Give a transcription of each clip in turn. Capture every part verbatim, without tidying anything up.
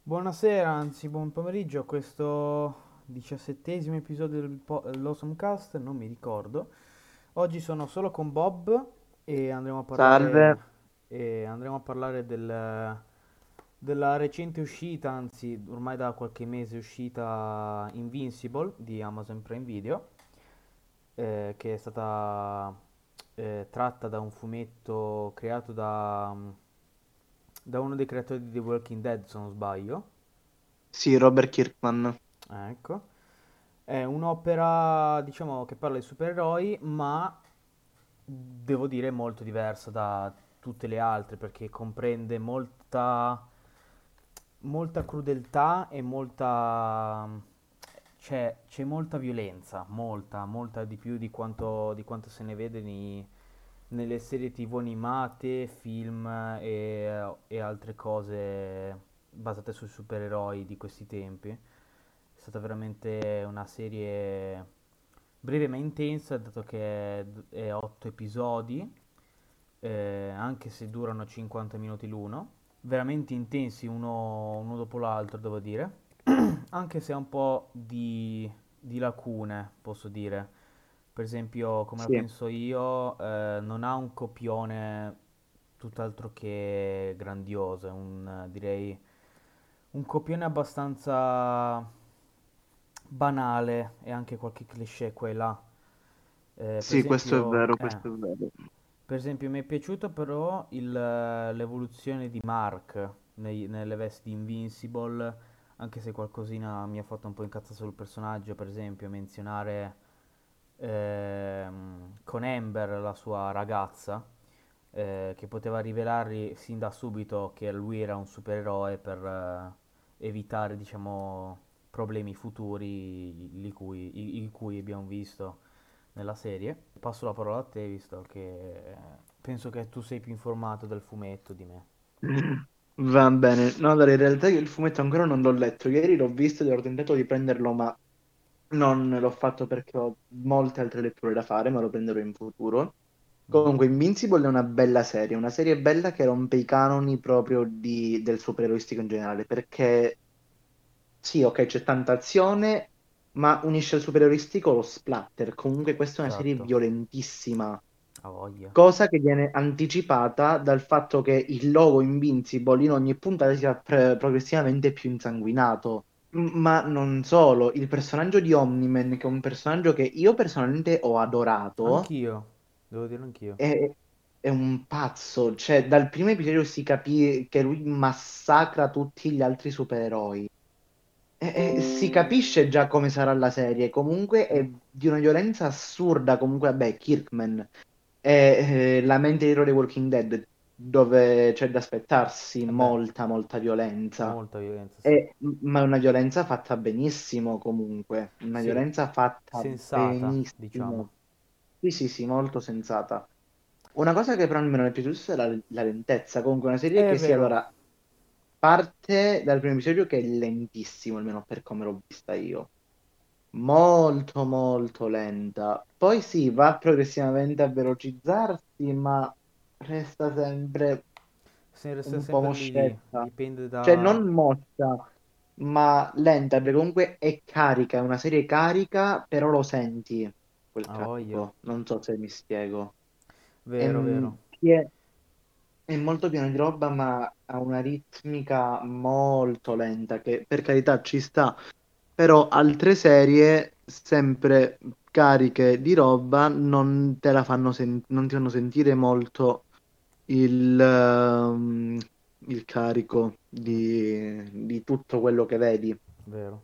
Buonasera, anzi buon pomeriggio a questo diciassettesimo episodio del po- L'Awesome Cast, non mi ricordo. Oggi sono solo con Bob e andremo a Salve. parlare, e andremo a parlare del- della recente uscita, anzi ormai da qualche mese uscita Invincible di Amazon Prime Video, eh, che è stata eh, tratta da un fumetto creato da, da uno dei creatori di The Walking Dead, se non sbaglio. Sì, Robert Kirkman. Ah, ecco. È un'opera, diciamo, che parla di supereroi, ma devo dire molto diversa da tutte le altre perché comprende molta, molta crudeltà e molta... c'è, c'è molta violenza, molta, molta di più di quanto, di quanto se ne vede nei- nelle serie T V animate, film e, e altre cose basate sui supereroi di questi tempi. È stata veramente una serie breve ma intensa, dato che è, è otto episodi, eh, anche se durano cinquanta minuti l'uno. Veramente intensi uno, uno dopo l'altro, devo dire. Anche se ha un po' di, di lacune, posso dire. Per esempio, come la Sì, penso io, eh, non ha un copione tutt'altro che grandioso, è un, eh, direi, un copione abbastanza banale e anche qualche cliché qua e là. Eh, per sì, questo è esempio, vero, eh, questo è vero. per esempio, mi è piaciuto però il- l'evoluzione di Mark nei- nelle vesti di Invincible, anche se qualcosina mi ha fatto un po' incazzare sul personaggio, per esempio, menzionare ehm, con Amber, la sua ragazza, eh, che poteva rivelargli sin da subito che lui era un supereroe per eh, evitare, diciamo, problemi futuri di cui, i- i cui abbiamo visto nella serie. Passo la parola a te, visto che eh, penso che tu sei più informato del fumetto di me. Va bene. No, allora, in realtà io il fumetto ancora non l'ho letto. Ieri l'ho visto ed ho tentato di prenderlo, ma non l'ho fatto perché ho molte altre letture da fare, ma lo prenderò in futuro. Mhm. Comunque, Invincible è una bella serie, una serie bella che rompe i canoni proprio di- del supereroistico in generale, perché sì, ok, c'è tanta azione, ma unisce al supereroistico lo splatter. Comunque questa è una serie Esatto, violentissima, ha voglia. cosa che viene anticipata dal fatto che il logo Invincible in ogni puntata sia pre- progressivamente più insanguinato. M- Ma non solo, il personaggio di Omni-Man, che è un personaggio che io personalmente ho adorato, Anch'io, devo dirlo anch'io. è, è un pazzo. Cioè, dal primo episodio si capì che lui massacra tutti gli altri supereroi. E- e si capisce già come sarà la serie. Comunque è di una violenza assurda. Comunque, vabbè, Kirkman è eh, la mente di The Walking Dead, dove c'è da aspettarsi E beh, molta, molta violenza. molta violenza, sì. E- ma è una violenza fatta benissimo, comunque. Una Sì, violenza fatta sensata, diciamo. benissimo. Sì, sì, sì, molto sensata. Una cosa che però non mi è piaciuta è la, la lentezza. Comunque, una serie È che si vero. allora parte dal primo episodio che è lentissimo, almeno per come l'ho vista io. Molto, molto lenta. Poi sì, va progressivamente a velocizzarsi, ma resta sempre Se resta un po' sempre lì lì, moscetta. dipende Cioè, da... non moscia, ma lenta, perché comunque è carica, è una serie carica, però lo senti quel Ha voglia. carico. Non so se mi spiego. È, Vero, vero. pie- è molto pieno di roba, ma ha una ritmica molto lenta, che per carità ci sta, però altre serie, sempre cariche di roba, non te la fanno sen- non ti fanno sentire molto il, ehm, il carico di, di tutto quello che vedi. Vero.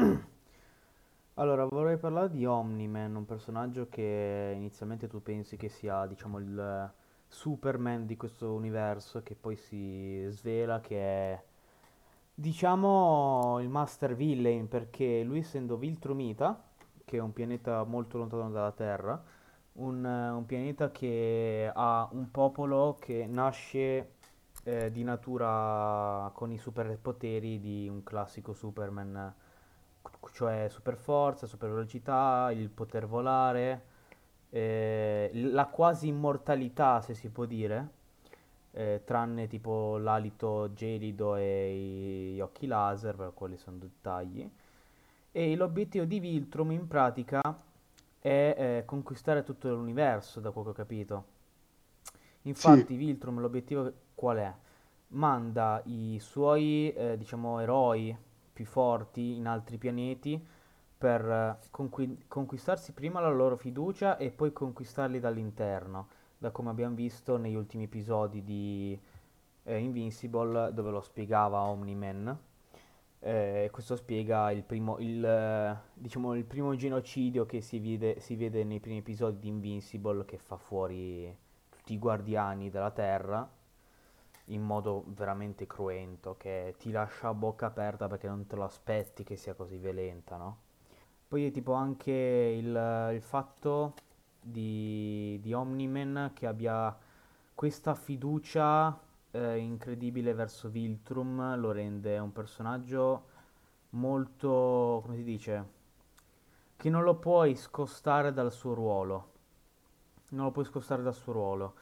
Allora, vorrei parlare di Omni-Man, un personaggio che inizialmente tu pensi che sia, diciamo, il Superman di questo universo, che poi si svela che è, diciamo, il Master Villain, perché lui essendo Viltrumita, che è un pianeta molto lontano dalla Terra, un, eh, un pianeta che ha un popolo che nasce eh, di natura con i superpoteri di un classico Superman, cioè super forza, super velocità, il poter volare, eh, la quasi immortalità, se si può dire, eh, tranne tipo l'alito gelido e i- gli occhi laser, però quelli sono dettagli. E l'obiettivo di Viltrum in pratica è eh, conquistare tutto l'universo, da quello che ho capito. Sì, Infatti Viltrum l'obiettivo qual è? Manda i suoi, eh, diciamo, eroi più forti in altri pianeti per eh, conqui- conquistarsi prima la loro fiducia e poi conquistarli dall'interno, da come abbiamo visto negli ultimi episodi di eh, Invincible, dove lo spiegava Omni-Man. Eh, questo spiega il primo, il, eh, diciamo, il primo genocidio che si vede, si vede nei primi episodi di Invincible, che fa fuori tutti i guardiani della Terra in modo veramente cruento, che ti lascia a bocca aperta perché non te lo aspetti che sia così violenta, no? Poi tipo anche il, il fatto di, di Omni-Man che abbia questa fiducia eh, incredibile verso Viltrum lo rende un personaggio molto, come si dice, che non lo puoi scostare dal suo ruolo. Non lo puoi scostare dal suo ruolo.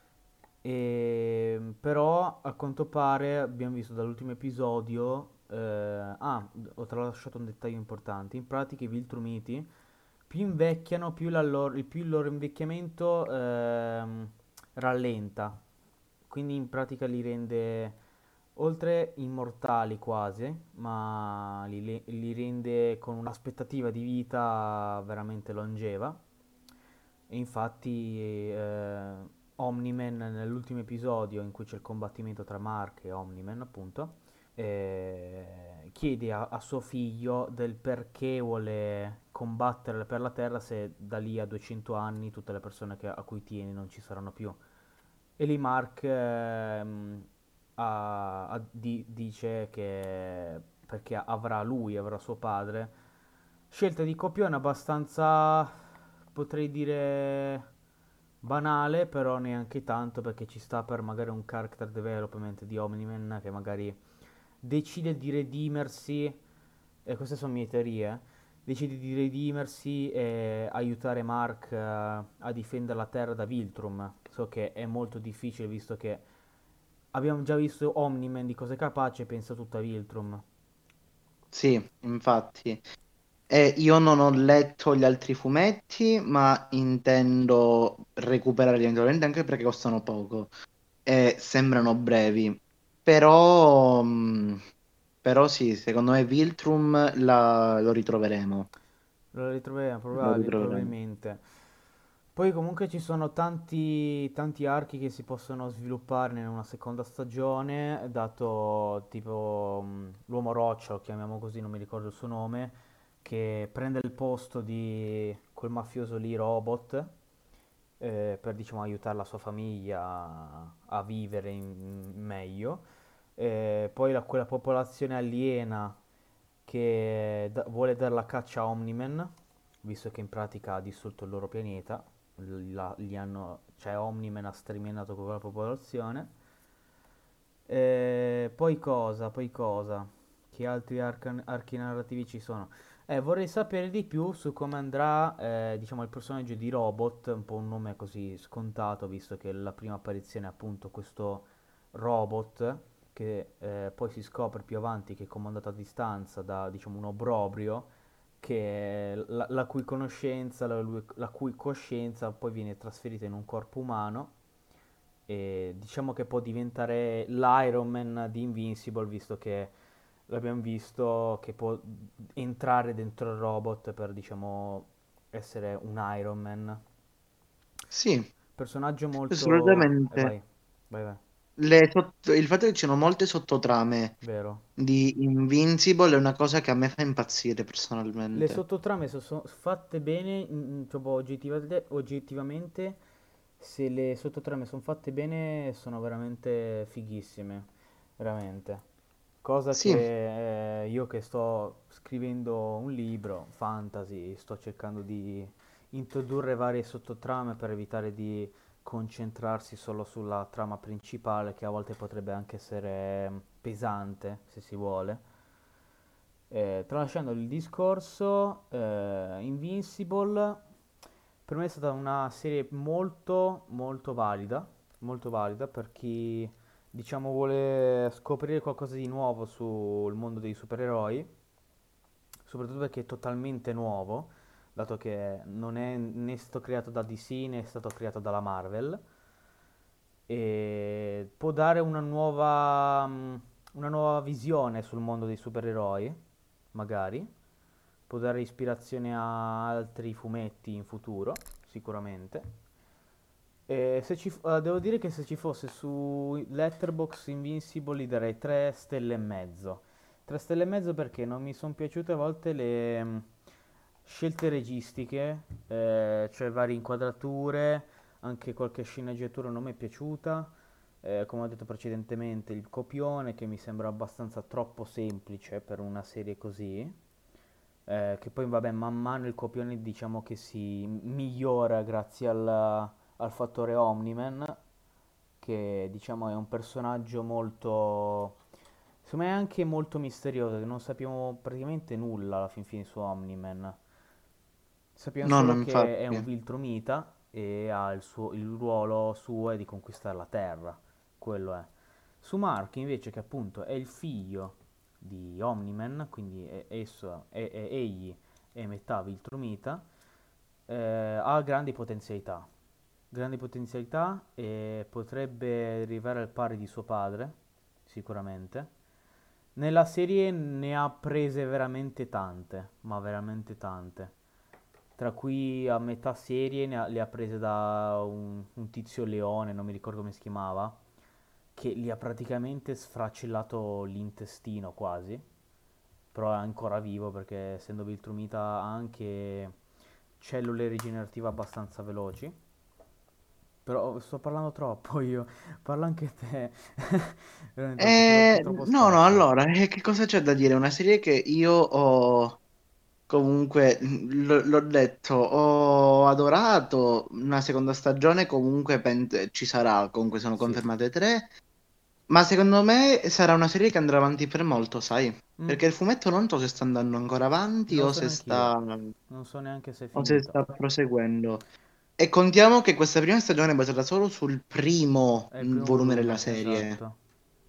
E, però a quanto pare abbiamo visto dall'ultimo episodio. Eh, ah, ho tralasciato un dettaglio importante. In pratica i Viltrumiti più invecchiano, più, la loro- più il loro invecchiamento ehm, rallenta. Quindi in pratica li rende oltre immortali quasi, ma li, le- li rende con un'aspettativa di vita veramente longeva. E infatti eh, Omni-Man nell'ultimo episodio in cui c'è il combattimento tra Mark e Omni-Man, appunto, eh, chiede a, a suo figlio del perché vuole combattere per la Terra se da lì a duecento anni tutte le persone che- a cui tiene non ci saranno più. E lì Mark ehm, ha- ha- di- dice che perché avrà lui, avrà suo padre. Scelta di copione abbastanza, potrei dire, banale, però neanche tanto perché ci sta per magari un character development di Omni-Man che magari decide di redimersi, e queste sono mie teorie, decide di redimersi e aiutare Mark eh, a difendere la Terra da Viltrum. So che è molto difficile visto che abbiamo già visto Omni-Man di cosa è capace, pensa tutto a Viltrum. sì, infatti. E io non ho letto gli altri fumetti, ma intendo recuperarli eventualmente anche perché costano poco e sembrano brevi. Però, mh, però sì, secondo me Viltrum la- lo ritroveremo. Lo ritroveremo Lo probabil- ritroveremo. probabilmente. Poi comunque ci sono tanti, tanti archi che si possono sviluppare in una seconda stagione, dato tipo mh, l'uomo roccia, lo chiamiamo così, non mi ricordo il suo nome, che prende il posto di quel mafioso lì, Robot, eh, per diciamo aiutare la sua famiglia a, a vivere in- meglio. Eh, poi la- quella popolazione aliena che da- vuole dare la caccia a Omni-Man, visto che in pratica ha distrutto il loro pianeta. L- la- gli hanno, cioè Omni-Man ha sterminato quella popolazione. Eh, poi cosa? Poi cosa? Che altri arca- archi narrativi ci sono? Eh, vorrei sapere di più su come andrà, eh, diciamo, il personaggio di Robot, un po' un nome così scontato, visto che la prima apparizione è appunto questo robot, che eh, poi si scopre più avanti che è comandato a distanza da, diciamo, un obbrobrio, che è la, la cui conoscenza, la, lui- la cui coscienza poi viene trasferita in un corpo umano e diciamo che può diventare l'Iron Man di Invincible, visto che l'abbiamo visto che può entrare dentro il robot per, diciamo, essere un Iron Man. Sì, Personaggio molto... Eh, assolutamente. vai, vai, vai, Le sott- il fatto che ci sono molte sottotrame vero. di Invincible è una cosa che a me fa impazzire Le personalmente. sottotrame sono fatte bene, mm, mm, proprio oggettivamente, oggettivamente, se le sottotrame sono fatte bene sono veramente fighissime, veramente. Cosa Sì, che eh, io che sto scrivendo un libro, fantasy, sto cercando di introdurre varie sottotrame per evitare di concentrarsi solo sulla trama principale, che a volte potrebbe anche essere mm, pesante, se si vuole. Eh, tralasciando il discorso, eh, Invincible per me è stata una serie molto molto valida, molto valida per chi, diciamo, vuole scoprire qualcosa di nuovo sul mondo dei supereroi, soprattutto perché è totalmente nuovo, dato che non è né stato creato da D C né è stato creato dalla Marvel, e può dare una nuova, mm, una nuova visione sul mondo dei supereroi, magari, può dare ispirazione a altri fumetti in futuro, sicuramente. E se ci, f- eh, devo dire che se ci fosse su Letterboxd Invincible gli darei tre stelle e mezzo. tre stelle e mezzo perché non mi sono piaciute a volte le mm, scelte registiche, eh, cioè varie inquadrature, anche qualche sceneggiatura non mi è piaciuta. Eh, come ho detto precedentemente, il copione che mi sembra abbastanza troppo semplice per una serie così. Eh, che poi vabbè, man mano il copione diciamo che si migliora grazie al, al fattore Omni-Man, che diciamo è un personaggio molto, secondo me è anche molto misterioso, che non sappiamo praticamente nulla alla fin fine su Omni-Man. Sappiamo No, no, solo che è infatti. un Viltrumita e ha il suo, il ruolo suo è di conquistare la Terra, quello è. Su Mark invece che appunto è il figlio di Omni-Man, quindi è- esso, è, è- egli è metà Viltrumita, eh, ha grandi potenzialità. Grandi potenzialità e potrebbe arrivare al pari di suo padre, sicuramente. Nella serie ne ha prese veramente tante, ma veramente tante. Tra cui a metà serie ne ha- le ha prese da un, un tizio leone, non mi ricordo come si chiamava, che gli ha praticamente sfracellato l'intestino quasi, però è ancora vivo perché essendo Viltrumita ha anche cellule rigenerative abbastanza veloci. Però sto parlando troppo io, parla anche te, veramente ho occupato troppo, Eh, troppo no, no, spazio. allora, eh, che cosa c'è da dire? Una serie che io ho comunque, mm, l- l'ho detto, ho adorato. Una seconda stagione comunque pen- ci sarà, comunque sono Sì. confermate tre. Ma secondo me sarà una serie che andrà avanti per molto, sai? Mm, Perché il fumetto non so se sta andando ancora avanti non o so se neanche io, sta, non so neanche se è o se finito. sta proseguendo. E contiamo che questa prima stagione è basata solo sul primo È il mm, primo volume della volume, serie. esatto.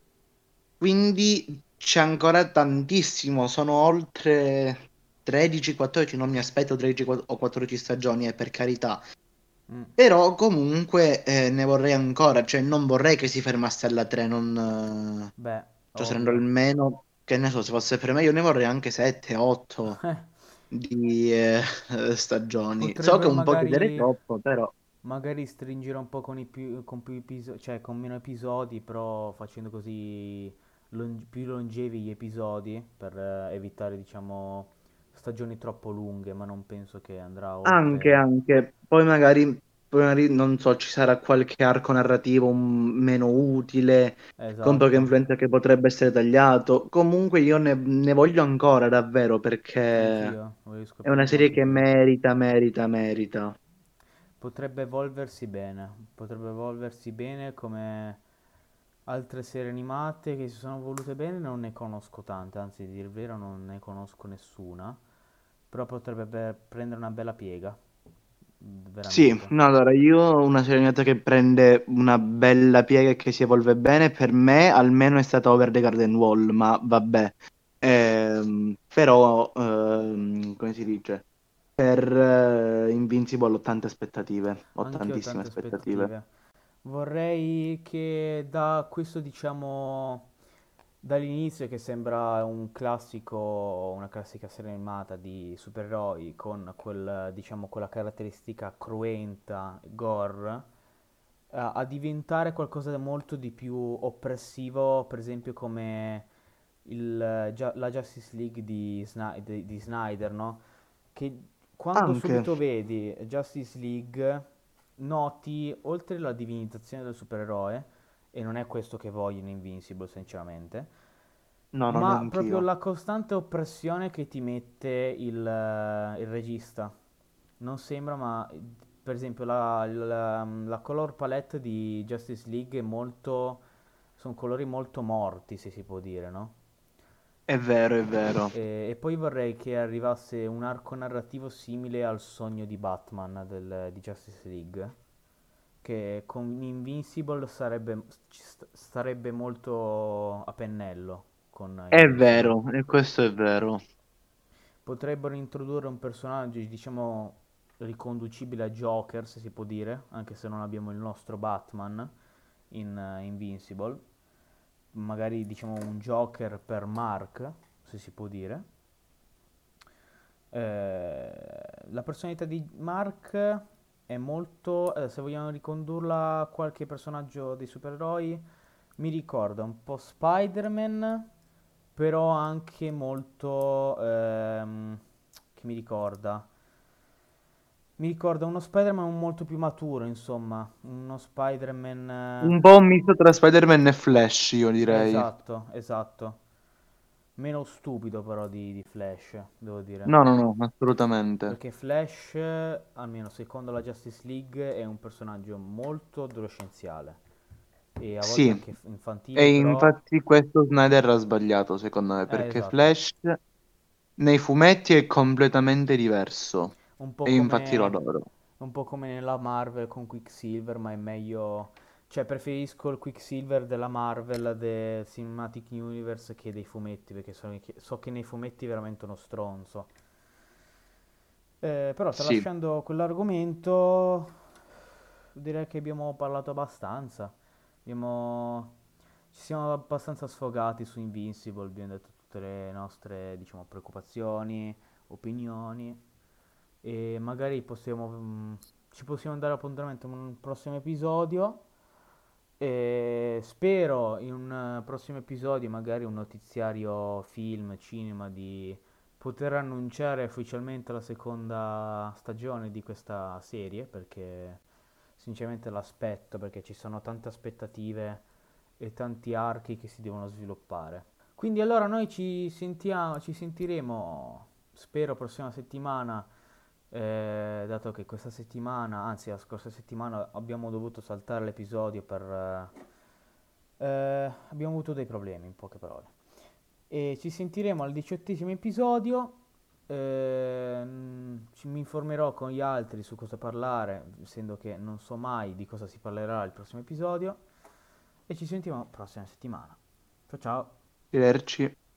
Quindi c'è ancora tantissimo, sono oltre tredici quattordici, non mi aspetto tredici o quattordici stagioni, eh, per carità. Mm, Però comunque eh, ne vorrei ancora, cioè non vorrei che si fermasse alla tre, non... eh, beh, cioè sarebbero ovvio. almeno, che ne so, se fosse per me io ne vorrei anche sette, otto di eh, stagioni. So che Potrebbero un po' chiedere magari, troppo, però... magari stringere un po' con i più, con più episodi, cioè con meno episodi, però facendo così lon- più longevi gli episodi per eh, evitare, diciamo, stagioni troppo lunghe, ma non penso che andrà Anche, oltre. anche, poi magari, poi magari, non so, ci sarà qualche arco narrativo un- meno utile, con poca Esatto, influenza che potrebbe essere tagliato. Comunque io ne, ne voglio ancora, davvero, perché anch'io, voglio è una scoprire serie molto di che più. merita, merita, merita. Potrebbe evolversi bene, potrebbe evolversi bene come altre serie animate che si sono volute bene, non ne conosco tante, anzi, di dire il vero, non ne conosco nessuna, però potrebbe be- prendere una bella piega, Sì, veramente. no, allora io ho una serie animata che prende una bella piega e che si evolve bene, per me almeno è stata Over the Garden Wall, ma vabbè. Ehm, però, ehm, come si dice? Per eh, Invincible ho tante aspettative, ho Anche io ho tantissime tante aspettative. aspettative. Vorrei che da questo, diciamo, dall'inizio che sembra un classico, una classica serie animata di supereroi con quel, diciamo, quella caratteristica cruenta, gore, a, a diventare qualcosa di molto di più oppressivo, per esempio come il, Gia- la Justice League di, Sni- di- di Snyder, no? Che quando Anche, subito vedi Justice League noti, oltre la divinizzazione del supereroe, e non è questo che voglio in Invincible, sinceramente, no, no, ma proprio neanch'io. la costante oppressione che ti mette il, eh, il regista. Non sembra, ma per esempio la, la- la color palette di Justice League è molto... sono colori molto morti, se si può dire, no? È vero, è vero. E, e poi vorrei che arrivasse un arco narrativo simile al sogno di Batman del- di Justice League, che con Invincible sarebbe, ci st- starebbe molto a pennello con È Invincible. vero, e questo è vero. Potrebbero introdurre un personaggio, diciamo, riconducibile a Joker, se si può dire, anche se non abbiamo il nostro Batman in eh, Invincible. Magari, diciamo, un Joker per Mark, se si può dire. Eh, la personalità di Mark è molto, eh, se vogliamo ricondurla a qualche personaggio dei supereroi, mi ricorda un po' Spider-Man, però anche molto, ehm, che mi ricorda? Mi ricorda uno Spider-Man molto più maturo, insomma, uno Spider-Man... Un po' un misto tra Spider-Man e Flash, io eh, direi. esatto, esatto. Meno stupido però di, di Flash, devo dire. No, no, no, assolutamente. Perché Flash, eh, almeno secondo la Justice League, è un personaggio molto adolescenziale e a volte Sì, anche f- infantile, e però... infatti questo Snyder ha sbagliato, secondo me, Eh, perché esatto. Flash nei fumetti è completamente diverso. Un po' E infatti lo come, adoro. un po' come nella Marvel con Quicksilver, ma è meglio... Cioè, preferisco il Quicksilver della Marvel, del Cinematic Universe, che dei fumetti, perché so che, so che nei fumetti è veramente uno stronzo. Eh, però, Sì, tralasciando quell'argomento, direi che abbiamo parlato abbastanza. Abbiamo... Ci siamo abbastanza sfogati su Invincible, abbiamo detto tutte le nostre, diciamo, preoccupazioni, opinioni. E magari possiamo, mm, ci possiamo dare appuntamento in un prossimo episodio. E spero in un eh, prossimo episodio, magari un notiziario film, cinema, di poter annunciare ufficialmente la seconda stagione di questa serie, perché sinceramente l'aspetto, perché ci sono tante aspettative e tanti archi che si devono sviluppare. Quindi allora noi ci sentiamo, ci sentiremo, spero prossima settimana, eh, dato che questa settimana, anzi la scorsa settimana abbiamo dovuto saltare l'episodio per... eh, eh, abbiamo avuto dei problemi, in poche parole. E ci sentiremo al diciottesimo episodio. ehm, ci- mi informerò con gli altri su cosa parlare, essendo che non so mai di cosa si parlerà il prossimo episodio. E ci sentiamo la prossima settimana. Ciao ciao. arrivederci.